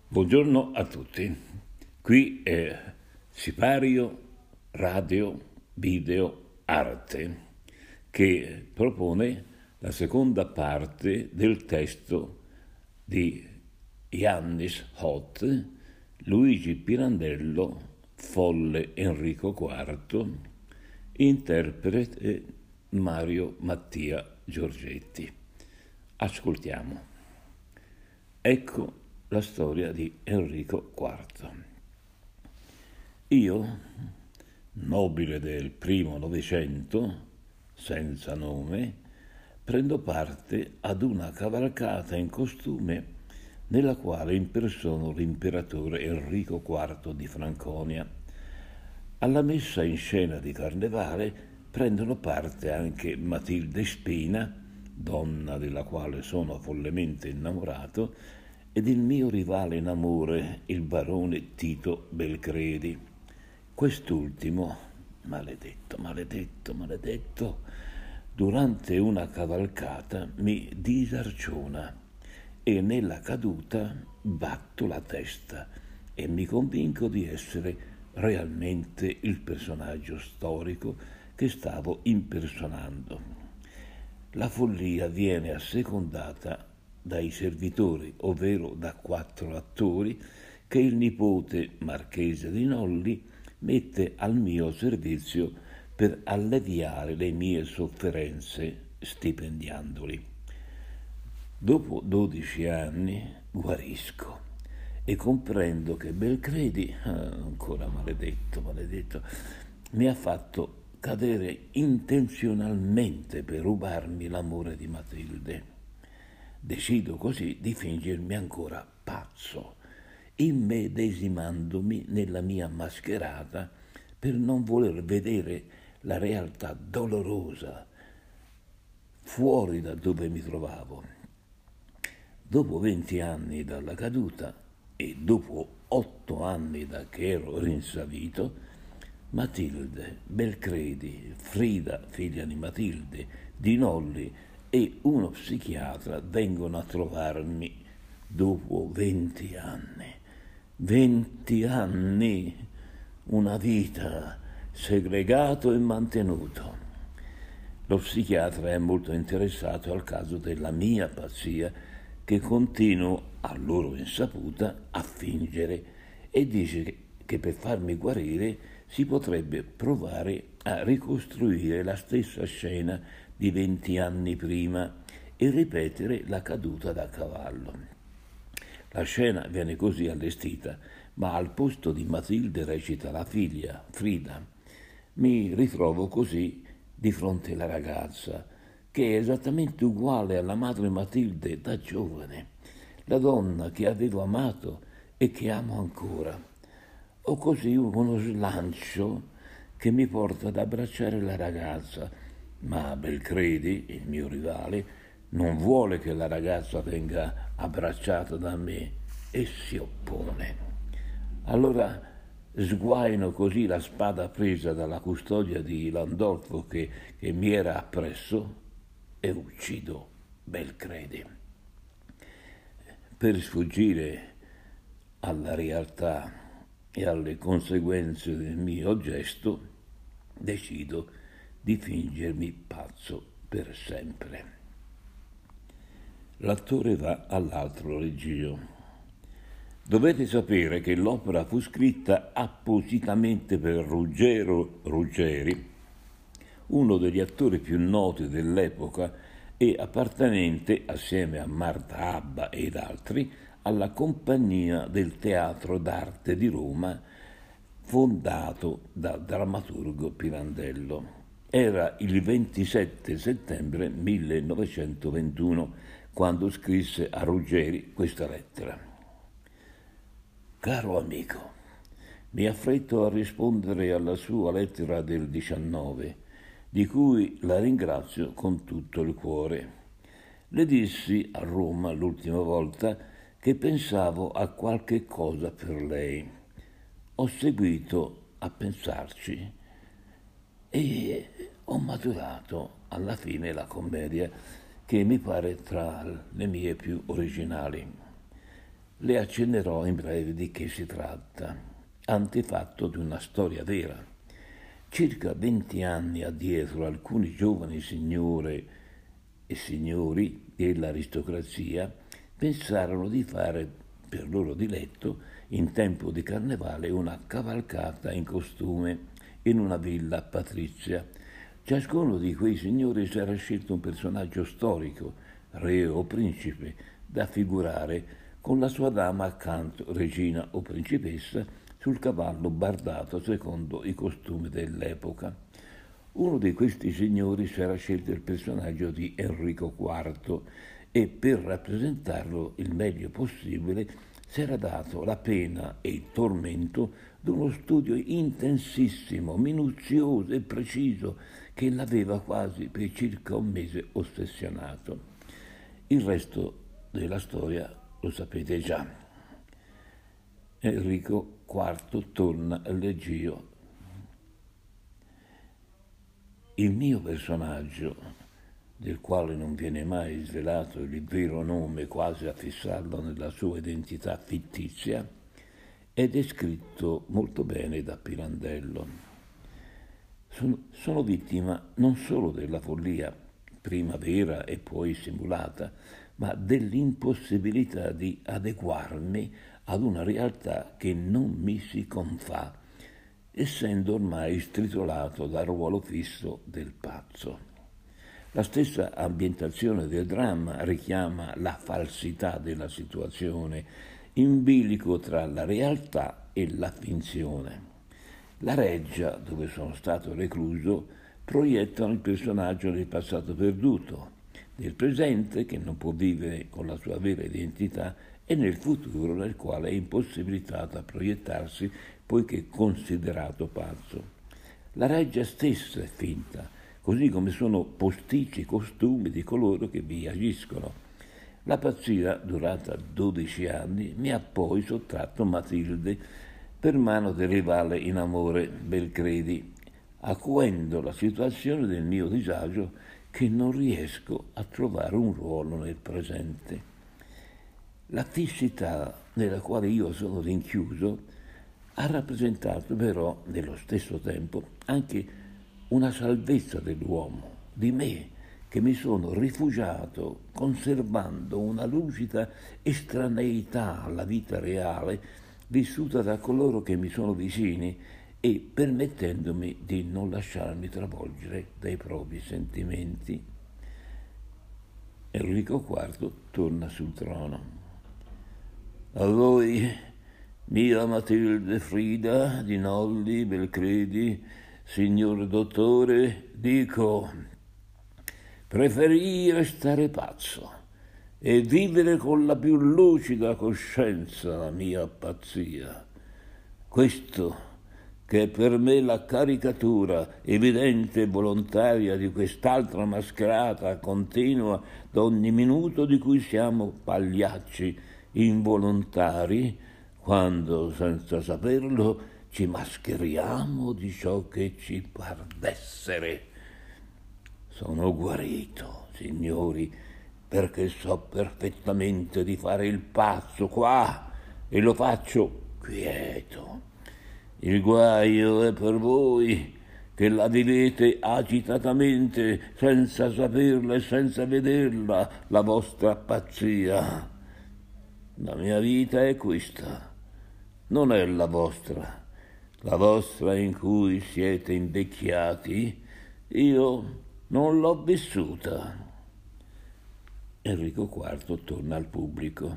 Buongiorno a tutti, qui è Sipario Radio Video Arte che propone la seconda parte del testo di Iannis Hot, Luigi Pirandello, Folle Enrico IV, interprete Mario Mattia Giorgetti. Ascoltiamo. Ecco la storia di Enrico IV. Io, nobile del primo Novecento, senza nome, prendo parte ad una cavalcata in costume nella quale impersono l'imperatore Enrico IV di Franconia. Alla messa in scena di carnevale prendono parte anche Matilde Spina, donna della quale sono follemente innamorato, ed il mio rivale in amore, il barone Tito Belcredi. Quest'ultimo, maledetto, durante una cavalcata mi disarciona e nella caduta batto la testa e mi convinco di essere realmente il personaggio storico che stavo impersonando. La follia viene assecondata dai servitori, ovvero da 4 attori che il nipote marchese di Nolli mette al mio servizio per alleviare le mie sofferenze stipendiandoli. Dopo 12 anni guarisco e comprendo che Belcredi, ancora maledetto, mi ha fatto cadere intenzionalmente per rubarmi l'amore di Matilde. Decido così di fingermi ancora pazzo, immedesimandomi nella mia mascherata per non voler vedere la realtà dolorosa fuori da dove mi trovavo. Dopo 20 anni dalla caduta e dopo 8 anni da che ero rinsavito, Matilde, Belcredi, Frida, figlia di Matilde, Di Nolli e uno psichiatra vengono a trovarmi dopo 20 anni. 20 anni, una vita segregato e mantenuto. Lo psichiatra è molto interessato al caso della mia pazzia che continuo, a loro insaputa, a fingere e dice che per farmi guarire si potrebbe provare a ricostruire la stessa scena di 20 anni prima e ripetere la caduta da cavallo. La scena viene così allestita, ma al posto di Matilde recita la figlia, Frida. Mi ritrovo così di fronte alla ragazza, che è esattamente uguale alla madre Matilde da giovane, la donna che avevo amato e che amo ancora. Ho così uno slancio che mi porta ad abbracciare la ragazza, ma Belcredi, il mio rivale, non vuole che la ragazza venga abbracciata da me e si oppone. Allora sguaino così la spada presa dalla custodia di Landolfo che mi era appresso e uccido Belcredi. Per sfuggire alla realtà e alle conseguenze del mio gesto, decido di fingermi pazzo per sempre. L'attore va all'altro regio. Dovete sapere che l'opera fu scritta appositamente per Ruggero Ruggeri, uno degli attori più noti dell'epoca e appartenente, assieme a Marta Abba ed altri, alla Compagnia del Teatro d'Arte di Roma, fondato dal drammaturgo Pirandello. Era il 27 settembre 1921 quando scrisse a Ruggeri questa lettera. Caro amico, mi affretto a rispondere alla sua lettera del 19, di cui la ringrazio con tutto il cuore. Le dissi a Roma l'ultima volta che pensavo a qualche cosa per lei. Ho seguito a pensarci e ho maturato alla fine la commedia che mi pare tra le mie più originali. Le accennerò in breve di che si tratta, antefatto di una storia vera. Circa 20 anni addietro alcuni giovani signore e signori dell'aristocrazia pensarono di fare per loro diletto in tempo di carnevale una cavalcata in costume in una villa patrizia. Ciascuno di quei signori si era scelto un personaggio storico, re o principe, da figurare con la sua dama accanto, regina o principessa, sul cavallo bardato secondo i costumi dell'epoca. Uno di questi signori si era scelto il personaggio di Enrico IV e per rappresentarlo il meglio possibile si era dato la pena e il tormento di uno studio intensissimo, minuzioso e preciso che l'aveva quasi per circa un mese ossessionato. Il resto della storia lo sapete già. Enrico IV torna all'Egeo. Il mio personaggio, del quale non viene mai svelato il vero nome quasi a fissarlo nella sua identità fittizia, è descritto molto bene da Pirandello. Sono vittima non solo della follia, prima vera e poi simulata, ma dell'impossibilità di adeguarmi ad una realtà che non mi si confà, essendo ormai stritolato dal ruolo fisso del pazzo. La stessa ambientazione del dramma richiama la falsità della situazione, in bilico tra la realtà e la finzione. La reggia, dove sono stato recluso, proiettano il personaggio del passato perduto, del presente che non può vivere con la sua vera identità e nel futuro nel quale è impossibilitato a proiettarsi poiché considerato pazzo. La reggia stessa è finta, così come sono posticci i costumi di coloro che vi agiscono. La pazzia, durata 12 anni, mi ha poi sottratto Matilde per mano del rivale in amore Belcredi, acuendo la situazione del mio disagio che non riesco a trovare un ruolo nel presente. La fissità nella quale io sono rinchiuso ha rappresentato però nello stesso tempo anche una salvezza dell'uomo, di me, che mi sono rifugiato conservando una lucida estraneità alla vita reale vissuta da coloro che mi sono vicini e permettendomi di non lasciarmi travolgere dai propri sentimenti. Enrico IV torna sul trono. A voi, mia Matilde Frida di Nolli Belcredi, signor dottore, dico: preferii restare pazzo e vivere con la più lucida coscienza la mia pazzia. Questo, che è per me la caricatura evidente e volontaria di quest'altra mascherata continua d'ogni minuto di cui siamo pagliacci involontari, quando, senza saperlo, ci mascheriamo di ciò che ci par d'essere. Sono guarito, signori, perché so perfettamente di fare il pazzo qua e lo faccio quieto. Il guaio è per voi che la vivete agitatamente senza saperla e senza vederla, la vostra pazzia. La mia vita è questa, non è la vostra in cui siete invecchiati, io non l'ho vissuta. Enrico IV torna al pubblico.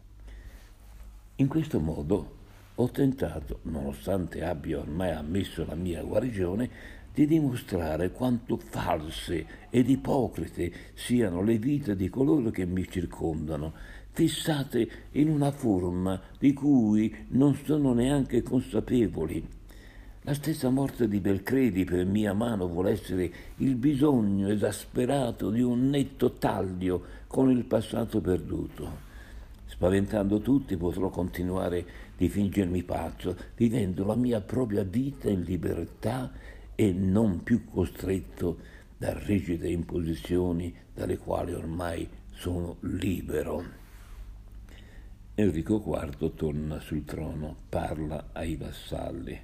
In questo modo ho tentato, nonostante abbia ormai ammesso la mia guarigione, di dimostrare quanto false ed ipocrite siano le vite di coloro che mi circondano, fissate in una forma di cui non sono neanche consapevoli. La stessa morte di Belcredi per mia mano vuole essere il bisogno esasperato di un netto taglio con il passato perduto. Spaventando tutti potrò continuare di fingermi pazzo, vivendo la mia propria vita in libertà e non più costretto da rigide imposizioni dalle quali ormai sono libero. Enrico IV torna sul trono, parla ai vassalli.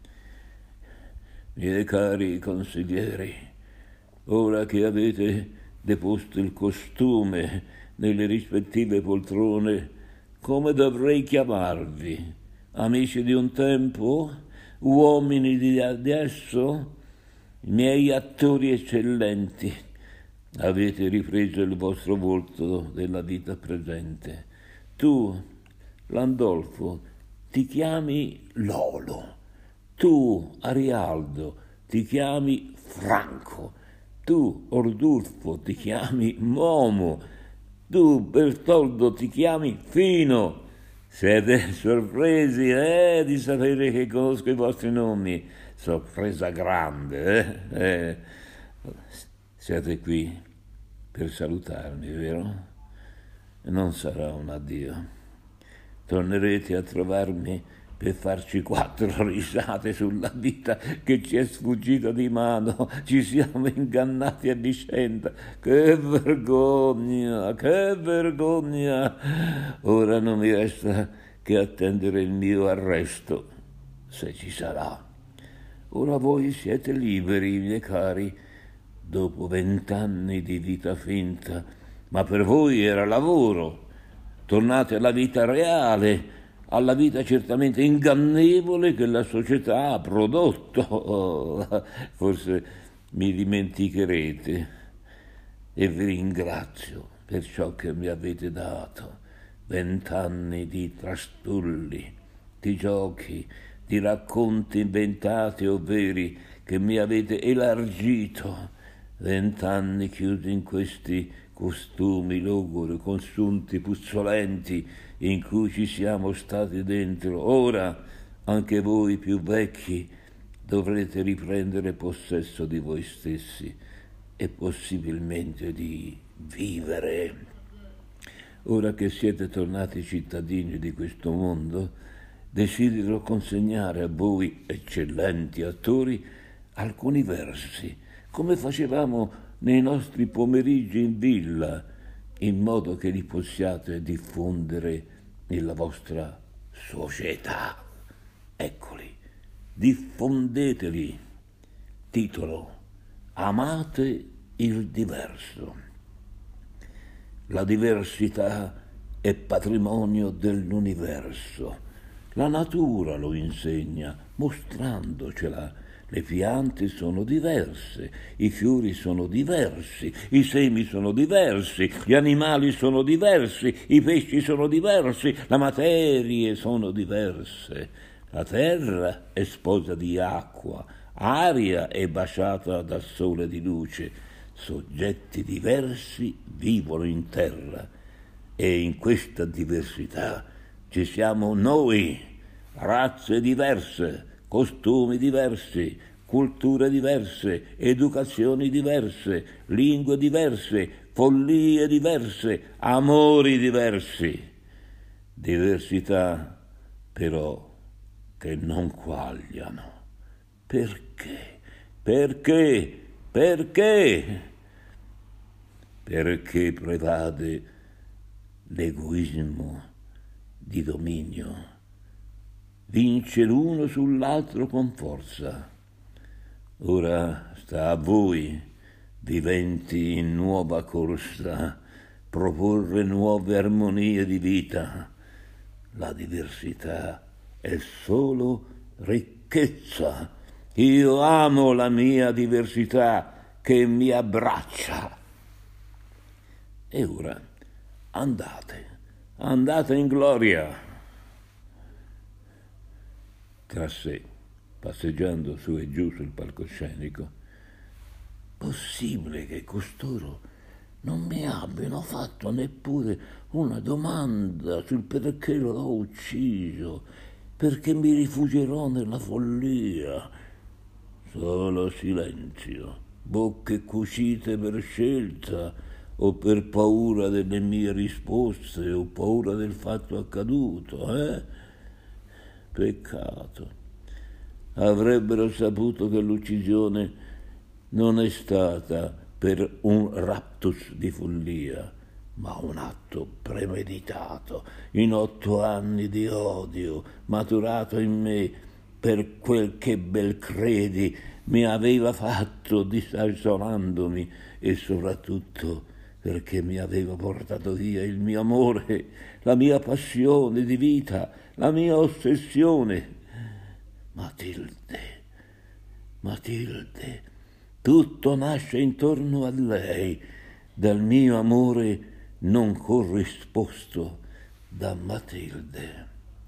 Miei cari consiglieri, ora che avete deposto il costume nelle rispettive poltrone, come dovrei chiamarvi? Amici di un tempo? Uomini di adesso? Miei attori eccellenti, avete ripreso il vostro volto della vita presente. Tu, Landolfo, ti chiami Lolo. Tu, Arialdo, ti chiami Franco. Tu, Ordulfo, ti chiami Momo. Tu, Bertoldo, ti chiami Fino. Siete sorpresi, di sapere che conosco i vostri nomi. Sorpresa grande, Siete qui per salutarmi, vero? Non sarà un addio. Tornerete a trovarmi per farci 4 risate sulla vita che ci è sfuggita di mano. Ci siamo ingannati a vicenda. Che vergogna, che vergogna! Ora non mi resta che attendere il mio arresto, se ci sarà. Ora voi siete liberi, miei cari, dopo 20 anni di vita finta, ma per voi era lavoro. Tornate alla vita reale, alla vita certamente ingannevole che la società ha prodotto. Forse mi dimenticherete e vi ringrazio per ciò che mi avete dato. 20 anni di trastulli, di giochi, di racconti inventati o veri che mi avete elargito. 20 anni chiusi in questi costumi logori, consunti, puzzolenti, in cui ci siamo stati dentro. Ora, anche voi più vecchi, dovrete riprendere possesso di voi stessi e possibilmente di vivere. Ora che siete tornati cittadini di questo mondo, desidero consegnare a voi, eccellenti attori, alcuni versi, come facevamo nei nostri pomeriggi in villa, in modo che li possiate diffondere nella vostra società. Eccoli, diffondeteli. Titolo: Amate il diverso. La diversità è patrimonio dell'universo. La natura lo insegna, mostrandocela. Le piante sono diverse, i fiori sono diversi, i semi sono diversi, gli animali sono diversi, i pesci sono diversi, le materie sono diverse. La terra è sposa di acqua, aria è baciata dal sole di luce. Soggetti diversi vivono in terra e in questa diversità ci siamo noi, razze diverse, costumi diversi, culture diverse, educazioni diverse, lingue diverse, follie diverse, amori diversi. Diversità però che non quagliano. Perché? Perché? Perché? Perché prevade l'egoismo di dominio. Vince l'uno sull'altro con forza. Ora sta a voi, viventi in nuova corsa, proporre nuove armonie di vita. La diversità è solo ricchezza. Io amo la mia diversità che mi abbraccia. E ora andate in gloria. Tra sé, passeggiando su e giù sul palcoscenico, possibile che costoro non mi abbiano fatto neppure una domanda sul perché l'ho ucciso, perché mi rifugierò nella follia. Solo silenzio, bocche cucite per scelta o per paura delle mie risposte o paura del fatto accaduto, Peccato. Avrebbero saputo che l'uccisione non è stata per un raptus di follia, ma un atto premeditato, in 8 anni di odio maturato in me per quel che Belcredi mi aveva fatto disarzolandomi e soprattutto perché mi aveva portato via il mio amore, la mia passione di vita, la mia ossessione. Matilde, Matilde, tutto nasce intorno a lei, dal mio amore non corrisposto da Matilde.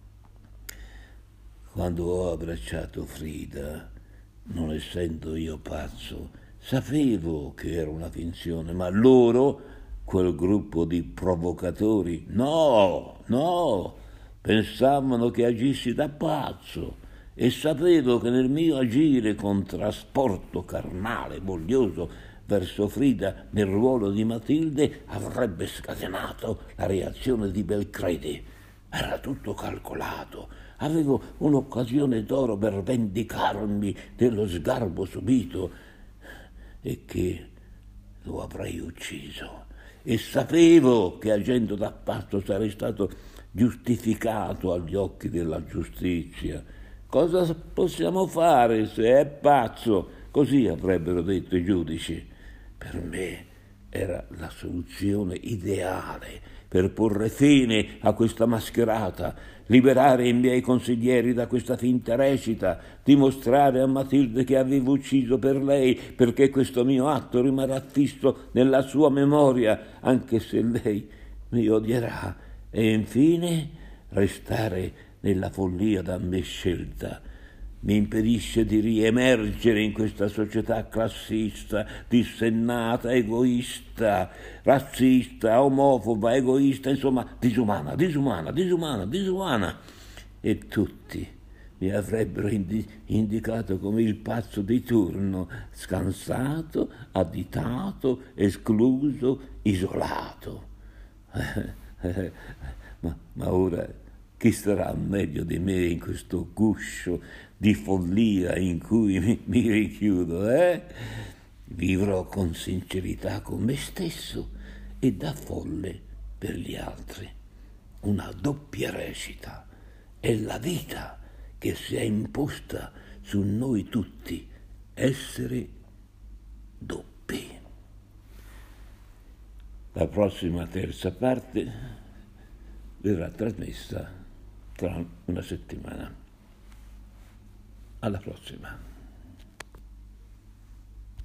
Quando ho abbracciato Frida, non essendo io pazzo, sapevo che era una finzione, ma loro, quel gruppo di provocatori, no, pensavano che agissi da pazzo e sapevo che nel mio agire con trasporto carnale, voglioso verso Frida nel ruolo di Matilde avrebbe scatenato la reazione di Belcredi. Era tutto calcolato. Avevo un'occasione d'oro per vendicarmi dello sgarbo subito e che lo avrei ucciso. E sapevo che agendo da pazzo sarei stato giustificato agli occhi della giustizia. Cosa possiamo fare se è pazzo? Così avrebbero detto i giudici. Per me era la soluzione ideale per porre fine a questa mascherata, liberare i miei consiglieri da questa finta recita, dimostrare a Matilde che avevo ucciso per lei, perché questo mio atto rimarrà fisso nella sua memoria, anche se lei mi odierà, e infine restare nella follia da me scelta. Mi impedisce di riemergere in questa società classista, dissennata, egoista, razzista, omofoba, egoista, insomma, disumana. E tutti mi avrebbero indicato come il pazzo di turno, scansato, additato, escluso, isolato. Ma ora chi sarà meglio di me in questo guscio di follia in cui mi richiudo, Vivrò con sincerità con me stesso e da folle per gli altri. Una doppia recita. È la vita che si è imposta su noi tutti, essere doppi. La prossima terza parte verrà trasmessa tra una settimana. Alla prossima.